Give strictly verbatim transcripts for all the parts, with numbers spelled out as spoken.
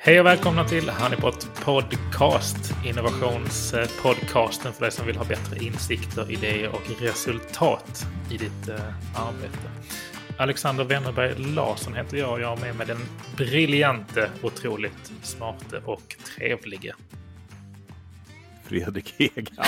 Hej och välkomna till Honeypot Podcast, innovationspodcasten för dig som vill ha bättre insikter, idéer och resultat i ditt uh, arbete. Alexander Wennerberg Larsson heter jag och jag har med mig den briljante, otroligt smarte och trevlige Fredrik Egan.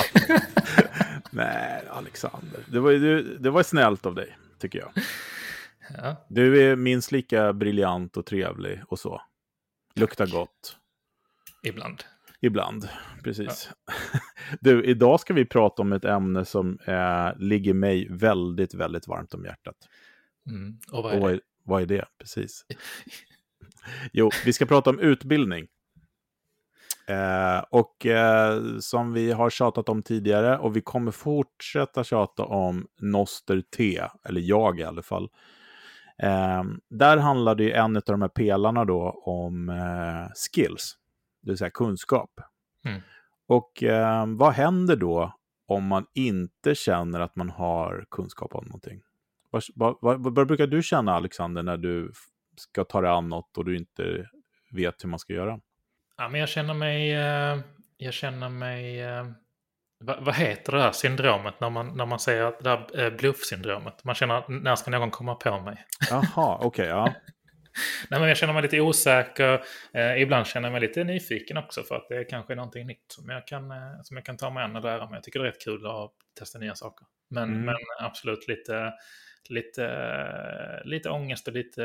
Nej, Alexander. Det var, det, det var snällt av dig, tycker jag. Ja. Du är minst lika briljant och trevlig och så. Luktar gott. Ibland. Ibland, precis. Ja. Du, idag ska vi prata om ett ämne som eh, ligger mig väldigt, väldigt varmt om hjärtat. Mm. Och vad är, och vad, det? är vad är det? Precis. Jo, vi ska prata om utbildning. Eh, och eh, som vi har tjatat om tidigare, och vi kommer fortsätta tjata om Noster T, eller jag i alla fall. Eh, där handlar det ju en av de här pelarna då om eh, skills, det vill säga kunskap. Mm. Och eh, vad händer då om man inte känner att man har kunskap om någonting? Vad, vad, vad, vad brukar du känna, Alexander, när du ska ta dig an något och du inte vet hur man ska göra? Ja, men jag känner mig, jag känner mig, vad, vad heter det här syndromet när man, när man säger att det här bluffsyndromet? Man känner att när ska någon komma på mig? Jaha, okej, okay, ja. Nej, men jag känner mig lite osäker. Eh, ibland känner jag mig lite nyfiken också för att det är kanske någonting nytt som jag kan, eh, som jag kan ta mig an och lära mig. Jag tycker det är rätt kul att testa nya saker. Men, Mm. men absolut lite, lite, lite ångest och lite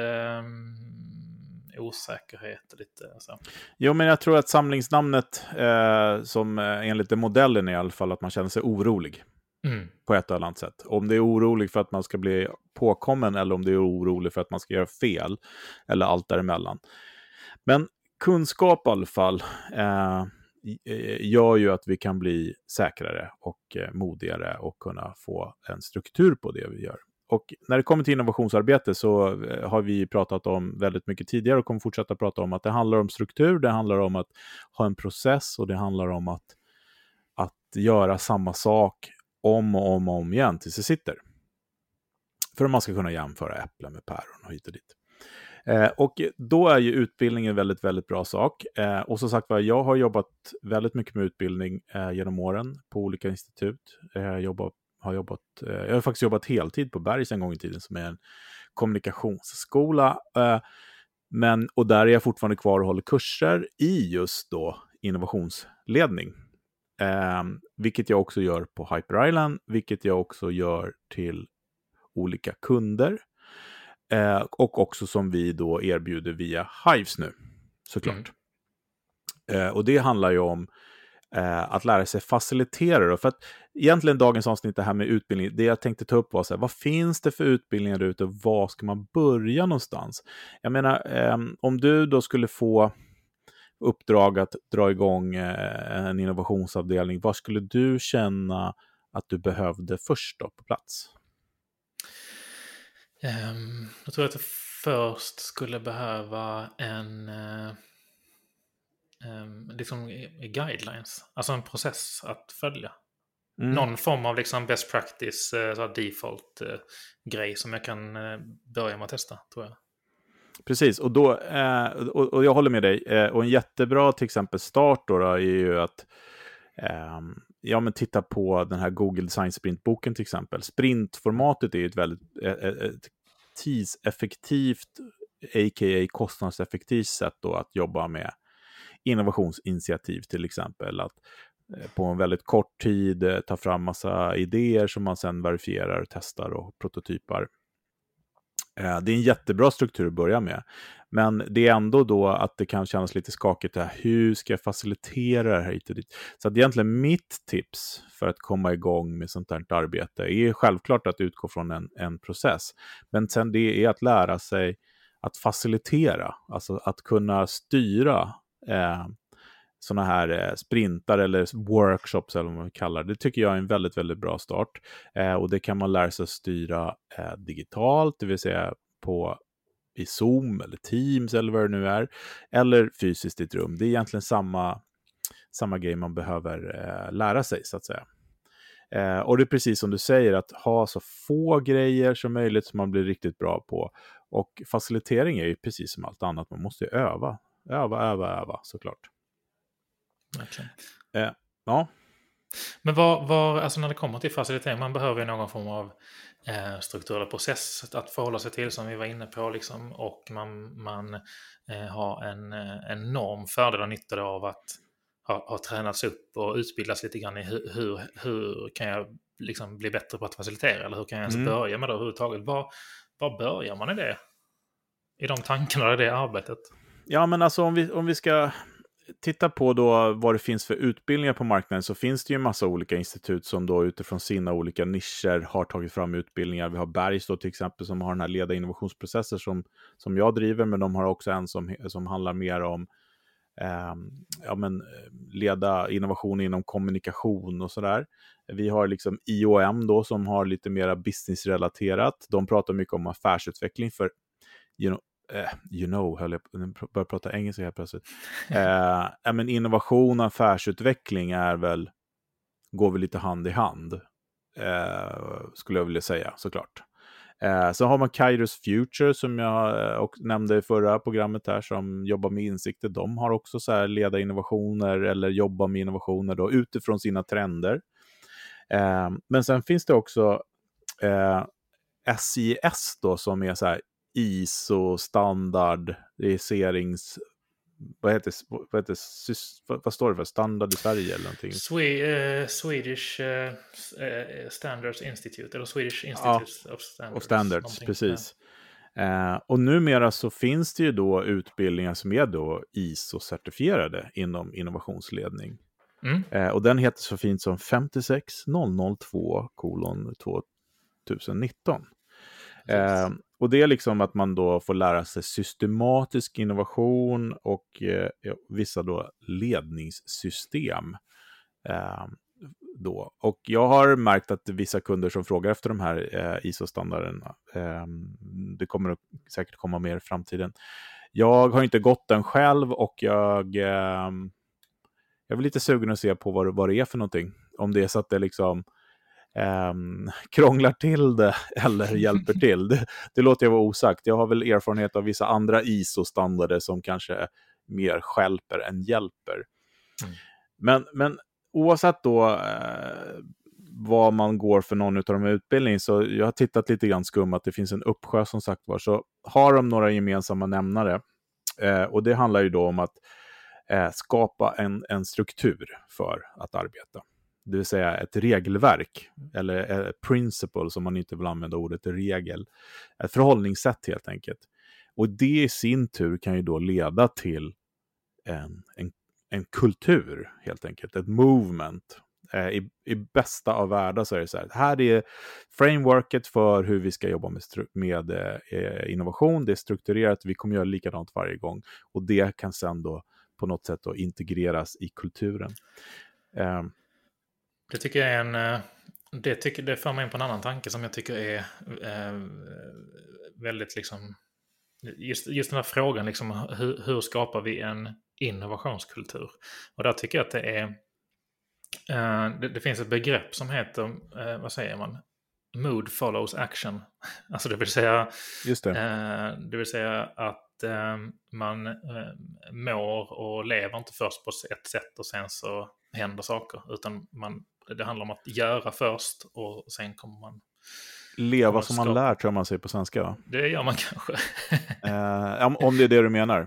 um, osäkerhet. Och lite, så. Jo, men jag tror att samlingsnamnet eh, som eh, enligt modellen är i alla fall att man känner sig orolig. Mm. På ett eller annat sätt. Om det är orolig för att man ska bli påkommen eller om det är orolig för att man ska göra fel eller allt däremellan. Men kunskap i alla fall eh, gör ju att vi kan bli säkrare och eh, modigare och kunna få en struktur på det vi gör. Och när det kommer till innovationsarbete så eh, har vi pratat om väldigt mycket tidigare och kommer fortsätta prata om att det handlar om struktur, det handlar om att ha en process och det handlar om att, att göra samma sak om och om och om igen tills det sitter. För att man ska kunna jämföra äpplen med päron och hit och dit. Eh, och då är ju utbildning en väldigt, väldigt bra sak. Eh, och som sagt var, jag har jobbat väldigt mycket med utbildning eh, genom åren på olika institut. Eh, jobbat, har jobbat, eh, jag har faktiskt jobbat heltid på Bergs en gång i tiden som är en kommunikationsskola. Eh, men, och där är jag fortfarande kvar och håller kurser i just då innovationsledning. Eh, vilket jag också gör på Hyper Island, vilket jag också gör till olika kunder eh, och också som vi då erbjuder via Hives nu, såklart. Mm. Eh, och det handlar ju om eh, att lära sig facilitera då, för att egentligen dagens avsnitt det här med utbildning, det jag tänkte ta upp var så här, vad finns det för utbildningar där ute och var ska man börja någonstans? Jag menar, eh, om du då skulle få uppdrag att dra igång en innovationsavdelning, vad skulle du känna att du behövde först då på plats? Um, jag tror att jag först skulle behöva en uh, um, liksom guidelines, alltså en process att följa. Mm. Någon form av liksom best practice, uh, så default uh, grej som jag kan uh, börja med att testa, tror jag. Precis, och, då, eh, och, och jag håller med dig. Eh, och en jättebra till exempel start då, då är ju att eh, ja, men titta på den här Google Design Sprint-boken till exempel. Sprintformatet är ju ett väldigt ett, ett tidseffektivt, a k a kostnadseffektivt sätt då att jobba med innovationsinitiativ till exempel. Att eh, på en väldigt kort tid eh, ta fram massa idéer som man sedan verifierar, testar och prototypar. Det är en jättebra struktur att börja med. Men det är ändå då att det kan kännas lite skakigt. Här. Hur ska jag facilitera det här hit och dit? Så att egentligen mitt tips för att komma igång med sånt här arbete är självklart att utgå från en, en process. Men sen det är att lära sig att facilitera. Alltså att kunna styra eh, sådana här eh, sprintar eller workshops eller vad man kallar det. Det tycker jag är en väldigt, väldigt bra start. Eh, och det kan man lära sig att styra eh, digitalt, det vill säga på i Zoom eller Teams eller vad det nu är. Eller fysiskt i ett rum. Det är egentligen samma, samma grej man behöver eh, lära sig så att säga. Eh, och det är precis som du säger, att ha så få grejer som möjligt som man blir riktigt bra på. Och facilitering är ju precis som allt annat, man måste ju öva. öva, öva, öva såklart. Okay. Eh, ja. Men vad, vad, alltså när det kommer till facilitering, man behöver ju någon form av eh, struktur eller process att förhålla sig till, som vi var inne på, liksom, och man, man eh, har en eh, enorm fördel och nytta av att ha, ha tränats upp och utbildas lite grann i hur, hur, hur kan jag liksom bli bättre på att facilitera, eller hur kan jag ens Mm. börja med det överhuvudtaget? Var, var börjar man i det? I de tankarna, i det arbetet? Ja, men alltså om vi, om vi ska titta på då vad det finns för utbildningar på marknaden, så finns det ju en massa olika institut som då utifrån sina olika nischer har tagit fram utbildningar. Vi har Bergs då till exempel, som har den här leda innovationsprocesser som, som jag driver, men de har också en som, som handlar mer om eh, ja, men, leda innovation inom kommunikation och sådär. Vi har liksom I O M då som har lite mer businessrelaterat. De pratar mycket om affärsutveckling för you know, Uh, you know, höll jag börjar prata engelska här plötsligt. Uh, men innovation och affärsutveckling är väl, går väl lite hand i hand, uh, skulle jag vilja säga, såklart. Uh, så har man Kairos Future som jag uh, och nämnde i förra programmet här, som jobbar med insikter. De har också så här leda innovationer eller jobba med innovationer då, utifrån sina trender. Uh, men sen finns det också uh, S I S då, som är så här I S O-standard, registrerings... Vad heter, vad heter vad, vad står det för? Standard i Sverige eller någonting? Swe, uh, Swedish uh, Standards Institute, eller Swedish Institute ja, of Standards. Och standards, precis. Ja. Uh, och numera så finns det ju då utbildningar som är då I S O-certifierade inom innovationsledning. Mm. Uh, och den heter så fint som femtiosex noll noll två kolon tjugonitton. Eh, och det är liksom att man då får lära sig systematisk innovation och eh, vissa då ledningssystem. Eh, då. Och jag har märkt att vissa kunder som frågar efter de här eh, I S O-standarderna, eh, det kommer att säkert komma mer i framtiden. Jag har inte gått den själv, och jag, eh, jag är lite sugen att se på vad, vad det är för någonting. Om det är så att det liksom Um, krånglar till det eller hjälper till. Det, det låter jag vara osagt. Jag har väl erfarenhet av vissa andra I S O-standarder som kanske mer hjälper än hjälper. Mm. Men, men oavsett då eh, vad man går för någon av de här utbildningarna, så jag har tittat lite grann skum att det finns en uppsjö som sagt var, så har de några gemensamma nämnare. Eh, och det handlar ju då om att eh, skapa en, en struktur för att arbeta. Det vill säga ett regelverk, eller ett principle som man inte vill använda ordet regel. Ett förhållningssätt helt enkelt. Och det i sin tur kan ju då leda till en, en, en kultur helt enkelt. Ett movement. Eh, i, I bästa av världar så är det så här. Här är frameworket för hur vi ska jobba med, med eh, innovation. Det är strukturerat. Vi kommer göra likadant varje gång. Och det kan sedan då på något sätt då integreras i kulturen. Eh, Det tycker jag är en... Det, tycker, det för mig in på en annan tanke som jag tycker är eh, väldigt liksom... Just, just den här frågan, liksom, hur, hur skapar vi en innovationskultur? Och där tycker jag att det är... Eh, det, det finns ett begrepp som heter, eh, vad säger man? Mood follows action. Alltså det vill säga... Just det. Eh, det vill säga att eh, man eh, mår och lever inte först på ett sätt och sen så händer saker, utan man, det handlar om att göra först och sen kommer man leva kommer som man lär, tror man säger på svenska, va? Det gör man kanske. eh, om det är det du menar.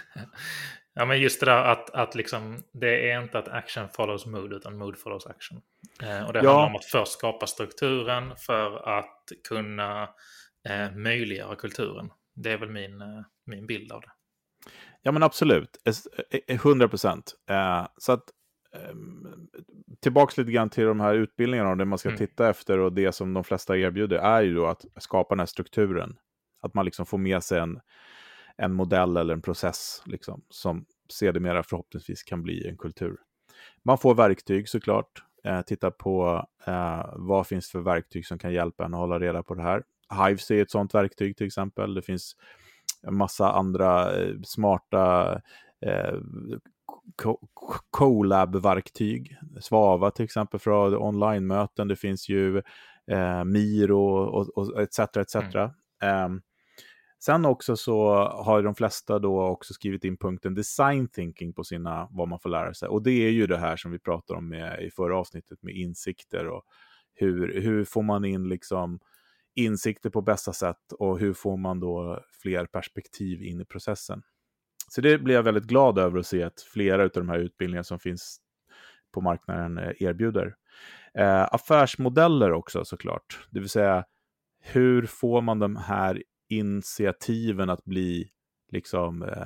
Ja, men just det där att, att liksom, det är inte att action follows mood, utan mood follows action. Eh, och det ja. handlar om att först skapa strukturen för att kunna eh, möjliggöra kulturen. Det är väl min, eh, min bild av det. Ja, men absolut. hundra procent. Eh, så att eh, tillbaks lite grann till de här utbildningarna och det man ska mm. titta efter, och det som de flesta erbjuder är ju då att skapa den här strukturen. Att man liksom får med sig en, en modell eller en process liksom, som sedermera förhoppningsvis kan bli en kultur. Man får verktyg såklart. Eh, titta på eh, vad finns för verktyg som kan hjälpa en att hålla reda på det här. Hives är ett sånt verktyg till exempel. Det finns en massa andra eh, smarta eh, collab-verktyg. Svava till exempel för online-möten. Det finns ju eh, Miro och, och et cetera et cetera. Mm. Um, Sen också så har de flesta då också skrivit in punkten design thinking på sina, vad man får lära sig. Och det är ju det här som vi pratade om med, i förra avsnittet med insikter och hur, hur får man in liksom insikter på bästa sätt och hur får man då fler perspektiv in i processen. Så det blir jag väldigt glad över att se att flera av de här utbildningarna som finns på marknaden erbjuder. Eh, affärsmodeller också såklart. Det vill säga, hur får man de här initiativen att bli liksom eh,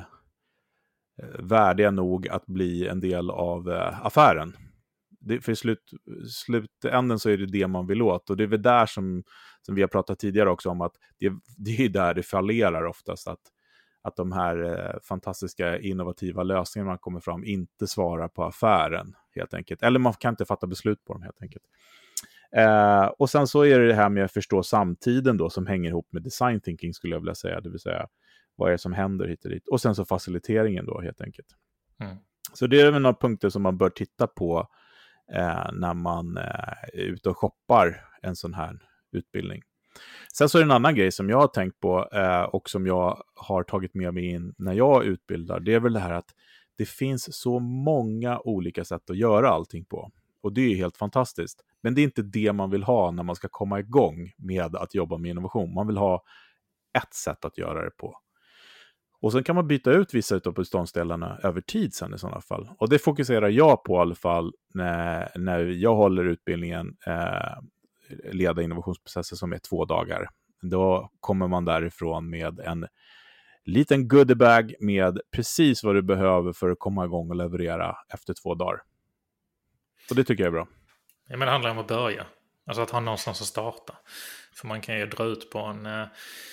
värdiga nog att bli en del av eh, affären. Det, för i slut, slutänden så är det det man vill åt. Och det är väl där som, som vi har pratat tidigare också om att det, det är där det fallerar oftast. Att, att de här eh, fantastiska innovativa lösningarna man kommer fram inte svarar på affären helt enkelt. Eller man kan inte fatta beslut på dem helt enkelt. Eh, och sen så är det det här med att förstå samtiden då som hänger ihop med design thinking skulle jag vilja säga. Det vill säga, vad är det som händer hit och dit. Och sen så faciliteringen då helt enkelt. Mm. Så det är väl några punkter som man bör titta på eh, när man eh, är ute och shoppar en sån här utbildning. Sen så är det en annan grej som jag har tänkt på eh, och som jag har tagit med mig in när jag utbildar. Det är väl det här att det finns så många olika sätt att göra allting på. Och det är helt fantastiskt. Men det är inte det man vill ha när man ska komma igång med att jobba med innovation. Man vill ha ett sätt att göra det på. Och sen kan man byta ut vissa av beståndsdelarna över tid sen i sådana fall. Och det fokuserar jag på i alla fall när, när jag håller utbildningen eh, leda innovationsprocesser som är två dagar. Då kommer man därifrån med en liten goodiebag med precis vad du behöver för att komma igång och leverera efter två dagar. Och det tycker jag är bra. Ja, men det handlar om att börja. Alltså att ha någonstans att starta. För man kan ju dra ut på en... Eh,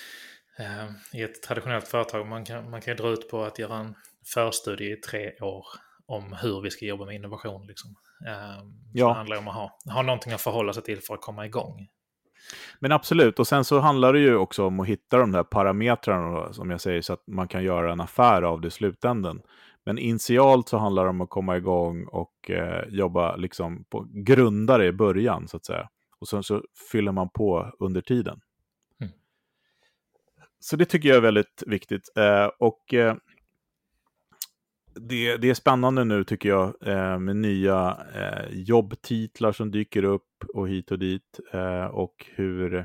i ett traditionellt företag, man kan, man kan ju dra ut på att göra en förstudie i tre år om hur vi ska jobba med innovation. Liksom. Eh, ja. Det handlar om att ha, ha någonting att förhålla sig till för att komma igång. Men absolut, och sen så handlar det ju också om att hitta de där parametrarna som jag säger så att man kan göra en affär av det i slutändan. Men initialt så handlar det om att komma igång och eh, jobba liksom på grundare i början så att säga. Och sen så fyller man på under tiden. Mm. Så det tycker jag är väldigt viktigt. Eh, och eh, det, det är spännande nu tycker jag eh, med nya eh, jobbtitlar som dyker upp och hit och dit. Eh, och hur...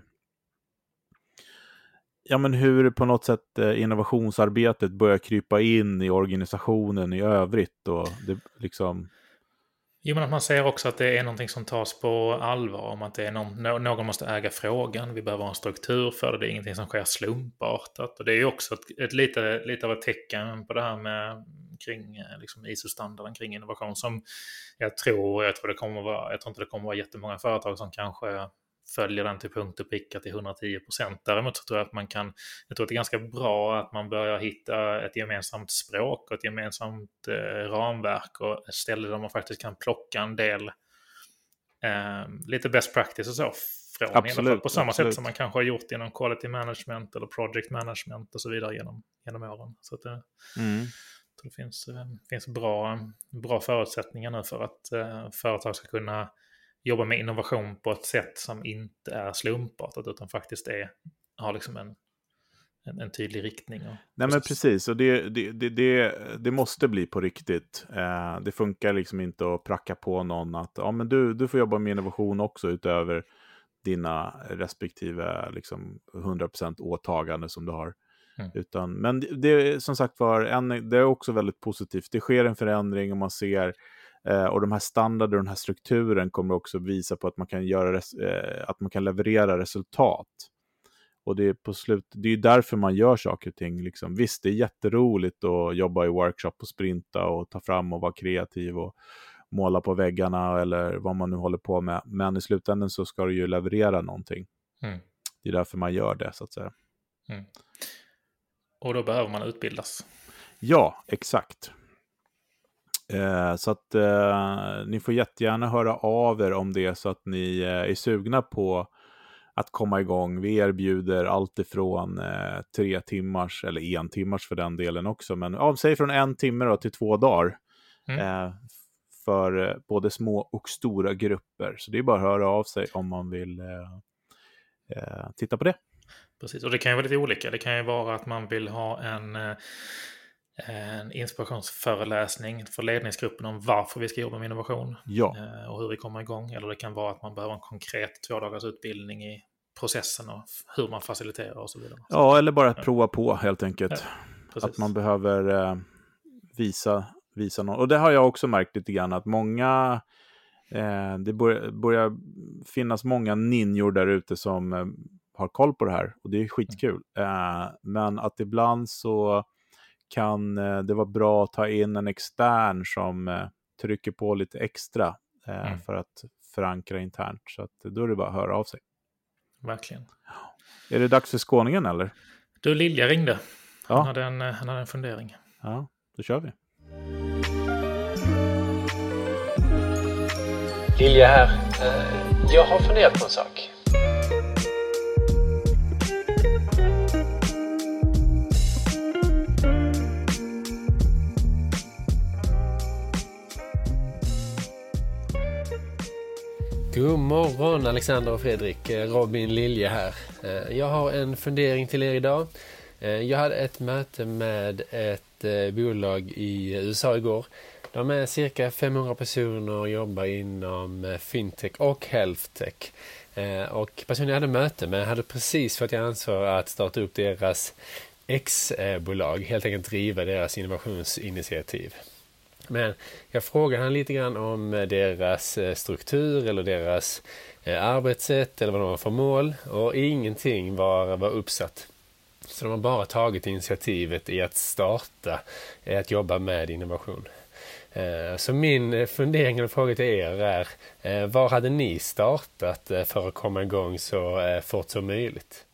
Ja, men hur på något sätt eh, innovationsarbetet börjar krypa in i organisationen i övrigt och det liksom... Jo, men att man säger också att det är någonting som tas på allvar, om att det är någon, någon måste äga frågan, vi behöver ha en struktur för det, det är ingenting som sker slumpartat. Och det är ju också ett, ett lite, lite av ett tecken på det här med kring liksom I S O-standarden kring innovation som jag tror, jag tror det kommer vara, jag tror inte det kommer vara jättemånga företag som kanske följer den till punkt och pricka till hundratio procent. Däremot så tror jag att man kan, jag tror att det är ganska bra att man börjar hitta ett gemensamt språk och ett gemensamt eh, ramverk och ställe där man faktiskt kan plocka en del eh, lite best practice och så från. Absolut, på samma absolut. Sätt som man kanske har gjort inom quality management eller project management och så vidare genom, genom åren. Så att det, mm. det finns, eh, finns bra, bra förutsättningar nu för att eh, företag ska kunna jobba med innovation på ett sätt som inte är slumpartat utan faktiskt är, har liksom en, en, en tydlig riktning. Och Nej men precis, och det, det, det, det, det måste bli på riktigt. Eh, det funkar liksom inte att pracka på någon att ja, men du, du får jobba med innovation också utöver dina respektive liksom, hundra procent åtagande som du har. Mm. Utan, men det, det som sagt var, en, det är också väldigt positivt. Det sker en förändring och man ser och de här standarder och den här strukturen kommer också visa på att man kan göra res- att man kan leverera resultat. Och det är på slut, det är därför man gör saker och ting liksom. Visst, det är jätteroligt att jobba i workshop och sprinta och ta fram och vara kreativ och måla på väggarna eller vad man nu håller på med. Men i slutändan så ska du ju leverera någonting. Mm. Det är därför man gör det så att säga. Mm. Och då behöver man utbildas. Ja, exakt. Eh, så att eh, ni får jättegärna höra av er om det så att ni eh, är sugna på att komma igång. Vi erbjuder allt ifrån eh, tre timmars eller en timmars för den delen också. Men ja, säg från en timme då till två dagar mm. eh, för eh, både små och stora grupper. Så det är bara att höra av sig om man vill eh, eh, titta på det. Precis, och det kan ju vara lite olika. Det kan ju vara att man vill ha en, en inspirationsföreläsning för ledningsgruppen om varför vi ska jobba med innovation Ja. och hur vi kommer igång. Eller det kan vara att man behöver en konkret två dagars utbildning i processen och hur man faciliterar och så vidare. Ja, eller bara att prova på helt enkelt. Ja, att man behöver eh, visa, visa något. Och det har jag också märkt lite grann, att många, eh, det börjar, börjar finnas många ninjor där ute som eh, har koll på det här. Och det är skitkul. Eh, men att ibland så kan eh, det vara bra att ta in en extern som eh, trycker på lite extra eh, mm. för att förankra internt. Så att, då är det bara att höra av sig. Verkligen. Är det dags för skåningen eller? Du, Lilja ringde. Ja. Han hade en, han hade en fundering. Ja, då kör vi. Lilja här. Jag har funderat på en sak. God morgon Alexander och Fredrik, Robin Lilja här. Jag har en fundering till er idag. Jag hade ett möte med ett bolag i U S A igår. De är cirka femhundra personer och jobbar inom fintech och healthtech. Och personen jag hade möte med hade precis fått ansvar att starta upp deras X-bolag, helt enkelt driva deras innovationsinitiativ. Men jag frågade han lite grann om deras struktur eller deras arbetssätt eller vad de har för mål, och ingenting var, var uppsatt. Så de har bara tagit initiativet i att starta, att jobba med innovation. Så min fundering och fråga till er är, var hade ni startat för att komma igång så fort som möjligt?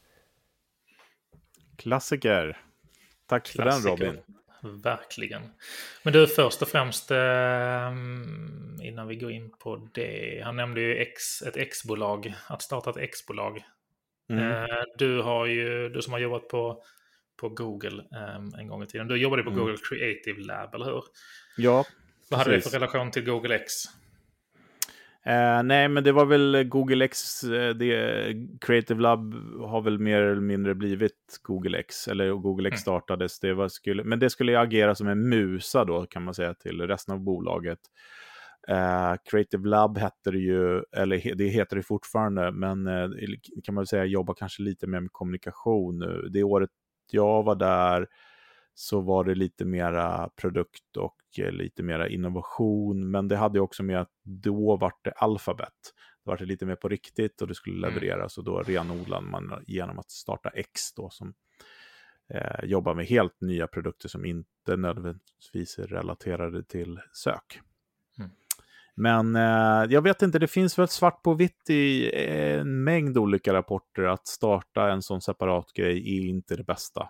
Klassiker. Tack för Klassiker. den, Robin. Verkligen. Men du, först och främst eh, innan vi går in på det. Han nämnde ju X, ett X-bolag, att starta ett X-bolag. Mm. Eh, du, har ju, du som har jobbat på, på Google eh, en gång i tiden. Du jobbade på mm. Google Creative Lab, eller hur? Ja. Vad hade du för relation till Google X? Eh, nej, men det var väl Google X, det, Creative Lab har väl mer eller mindre blivit Google X, eller Google X startades, det var, skulle, men det skulle agera som en musa då, kan man säga, till resten av bolaget. Eh, Creative Lab hette det ju, eller det heter det fortfarande, men eh, kan man väl säga jobbar kanske lite mer med kommunikation nu. Det året jag var där så var det lite mera produkt och lite mera innovation, men det hade också med att då var det Alphabet. Det var det lite mer på riktigt och det skulle levereras, och då renodlade man genom att starta X då, som eh, jobbar med helt nya produkter som inte nödvändigtvis är relaterade till sök. Mm. Men eh, jag vet inte, det finns väl svart på vitt i en mängd olika rapporter att starta en sån separat grej är inte det bästa.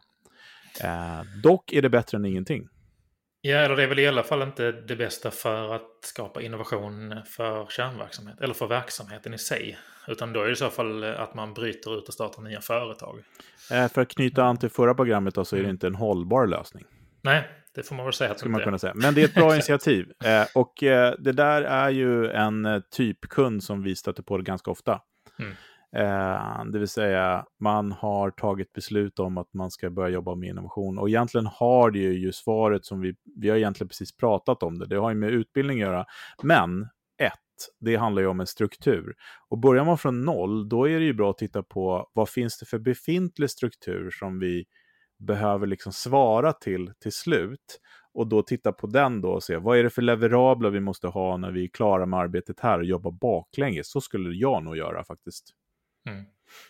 Eh, dock är det bättre än ingenting. Ja, eller det är väl i alla fall inte det bästa för att skapa innovation för kärnverksamhet eller för verksamheten i sig. Utan då är det i så fall att man bryter ut och startar nya företag. Eh, för att knyta an till förra programmet då, så är det inte en hållbar lösning. Nej, det får man väl säga att det man kunna säga. Men det är ett bra initiativ. Eh, och eh, det där är ju en eh, typkund som vi stöter på det ganska ofta. Mm. Eh, det vill säga, man har tagit beslut om att man ska börja jobba med innovation. Och egentligen har det ju, ju svaret som vi, vi har egentligen precis pratat om det. Det har ju med utbildning att göra. Men ett, det handlar ju om en struktur. Och börjar man från noll, då är det ju bra att titta på vad finns det för befintlig struktur som vi behöver liksom svara till till slut. Och då titta på den då och se, vad är det för leverabler vi måste ha när vi är klara med arbetet här och jobba baklänges. Så skulle jag nog göra faktiskt. Mm.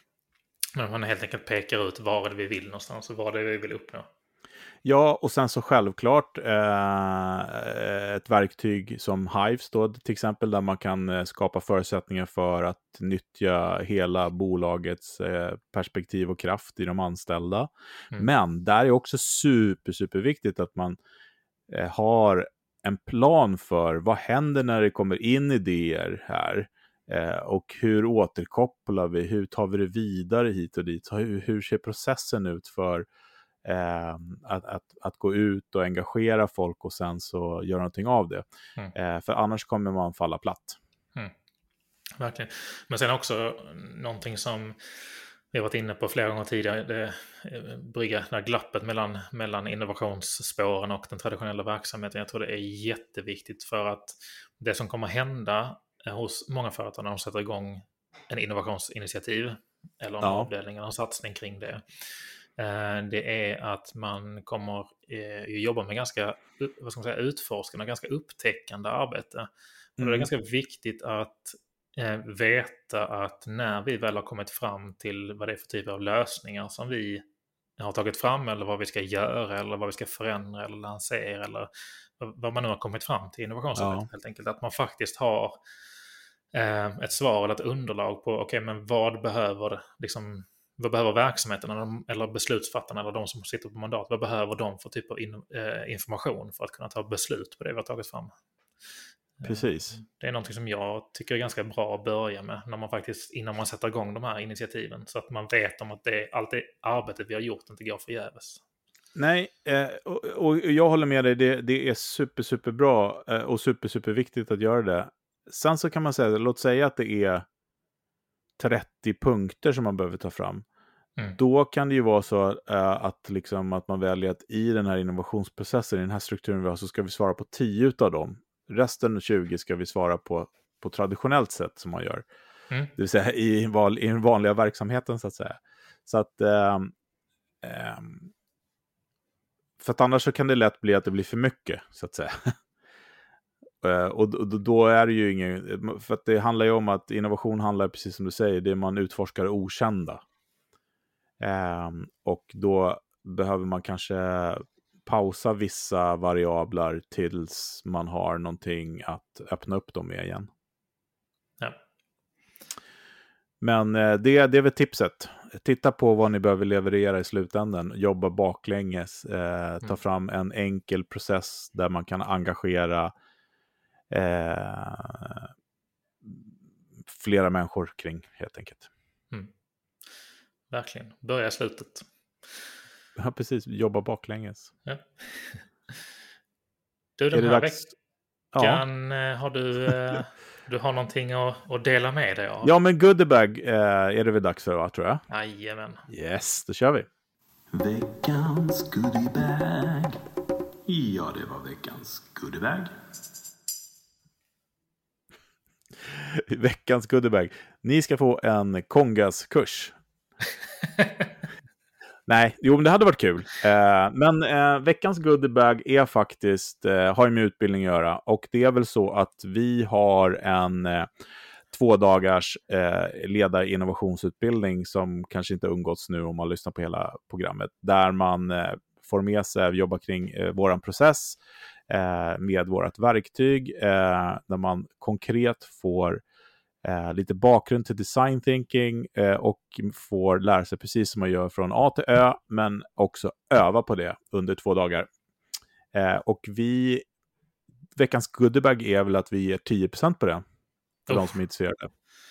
Men man helt enkelt pekar ut vad det vi vill någonstans och vad det är vi vill uppnå. Ja, och sen så självklart eh, ett verktyg som Hives då, till exempel, där man kan skapa förutsättningar för att nyttja hela bolagets eh, perspektiv och kraft i de anställda. Mm. Men där är också super, super viktigt att man eh, har en plan för vad händer när det kommer in idéer här. Eh, och hur återkopplar vi, hur tar vi det vidare hit och dit, hur, hur ser processen ut för eh, att, att, att gå ut och engagera folk och sen så göra någonting av det. Mm. Eh, för annars kommer man falla platt. Mm. Verkligen. Men sen också någonting som vi har varit inne på flera gånger tidigare, det brygga det här glappet mellan, mellan innovationsspåren och den traditionella verksamheten. Jag tror det är jätteviktigt för att det som kommer hända hos många företag när de sätter igång en innovationsinitiativ eller en Ja. avdelning eller en satsning kring det, det är att man kommer jobba med ganska, vad ska man säga, utforskande och ganska upptäckande arbete. Mm. Och det är ganska viktigt att veta att när vi väl har kommit fram till vad det är för typ av lösningar som vi har tagit fram eller vad vi ska göra eller vad vi ska förändra eller lansera eller vad man nu har kommit fram till innovationsarbetet, ja. Helt enkelt. Att man faktiskt har eh, ett svar eller ett underlag på okej, okay, men vad behöver liksom, vad behöver verksamheten eller, eller beslutsfattarna eller de som sitter på mandat, vad behöver de för typ av in, eh, information för att kunna ta beslut på det vi har tagit fram. Precis. Det är något som jag tycker är ganska bra att börja med när man faktiskt, innan man sätter igång de här initiativen, så att man vet om att det, allt det arbetet vi har gjort inte går förgäves. Nej, eh, och, och jag håller med dig, det, det är super, super bra eh, och super, super viktigt att göra det. Sen så kan man säga, låt säga att det är trettio punkter som man behöver ta fram. Mm. Då kan det ju vara så äh, att, liksom, att man väljer att i den här innovationsprocessen, i den här strukturen vi har, så ska vi svara på tio utav dem. Resten tjugo ska vi svara på på traditionellt sätt som man gör. Mm. Det vill säga i, val, i den vanliga verksamheten så att säga. Så att äh, äh, för att annars så kan det lätt bli att det blir för mycket så att säga. Uh, och, och då är det ju ingen, för att det handlar ju om att innovation handlar, precis som du säger, det man utforskar okända. Um, och då behöver man kanske pausa vissa variabler tills man har någonting att öppna upp dem med igen. Ja. Men uh, det, det är väl tipset. Titta på vad ni behöver leverera i slutändan. Jobba baklänges. Uh, mm. Ta fram en enkel process där man kan engagera Eh, flera människor kring, helt enkelt. Mm. Verkligen. Börja slutet. Ja, precis. Jobba baklänges. Ja. Du, den är här dags... veckan ja. har du, du har någonting att, att dela med dig av. Ja, men goodiebag eh, är det väl dags för, va, tror jag. Jajamän. Yes, då kör vi. Veckans goodiebag. Ja, det var veckans goodiebag. Veckans goodiebag. Ni ska få en Kongas-kurs. Nej, jo, men det hade varit kul. Eh, men eh, veckans goodiebag är faktiskt, eh, har med utbildning att göra. Och det är väl så att vi har en eh, två dagars eh, leda innovationsutbildning som kanske inte undgåtts nu om man lyssnar på hela programmet. Där man eh, får med sig, jobba kring eh, våran process eh, med vårat verktyg. Eh, där man konkret får Eh, lite bakgrund till design thinking eh, och får lära sig precis som man gör från A till Ö, men också öva på det under två dagar. Eh, och vi, veckans goodiebag är väl att vi ger tio procent på det för oh. de som är intresserade.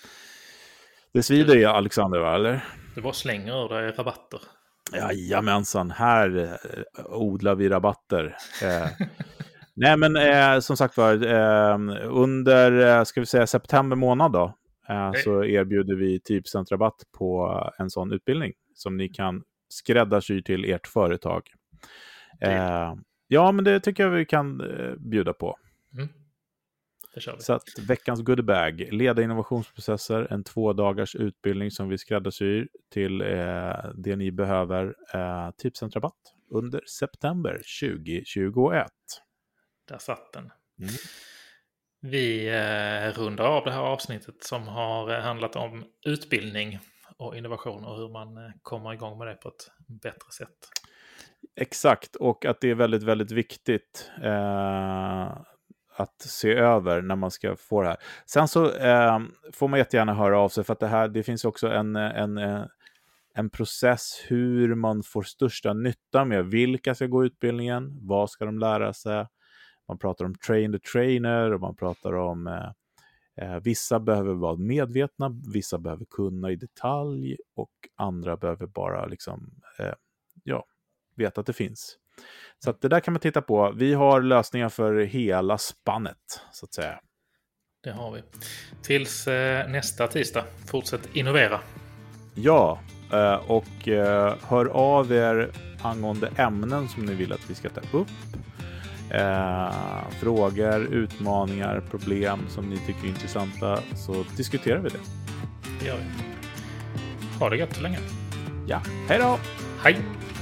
Det svider ju, Alexander, va, eller? Du bara slänger ur dig rabatter. Jajamensan, här eh, odlar vi rabatter. Eh, Nej, men eh, som sagt var, eh, under eh, ska vi säga september månad då, eh, okay. så erbjuder vi tio procent rabatt på en sån utbildning som ni kan skräddarsy till ert företag. Eh, ja, men det tycker jag vi kan eh, bjuda på. Mm. Det kör vi. Så att veckans goodiebag, leda innovationsprocesser, en två dagars utbildning som vi skräddarsyr till eh, det ni behöver, eh, tio procent rabatt under september tjugo tjugoett. Där satt den. Mm. Vi eh, rundar av det här avsnittet som har eh, handlat om utbildning och innovation och hur man eh, kommer igång med det på ett bättre sätt. Exakt, och att det är väldigt, väldigt viktigt eh, att se över när man ska få det här. Sen så eh, får man jättegärna höra av sig, för att det här, det finns också en, en, en process hur man får största nytta med. Vilka ska gå utbildningen? Vad ska de lära sig? Man pratar om train the trainer och man pratar om eh, eh, vissa behöver vara medvetna, vissa behöver kunna i detalj och andra behöver bara liksom, eh, ja, veta att det finns. Så att det där kan man titta på. Vi har lösningar för hela spannet, så att säga. Det har vi. Tills eh, nästa tisdag. Fortsätt innovera. Ja, Eh, och eh, hör av er angående ämnen som ni vill att vi ska ta upp. Eh, frågor, utmaningar, problem som ni tycker är intressanta, så diskuterar vi det. Det gör vi. Ha det gött så länge. Ja, hej då! Hej!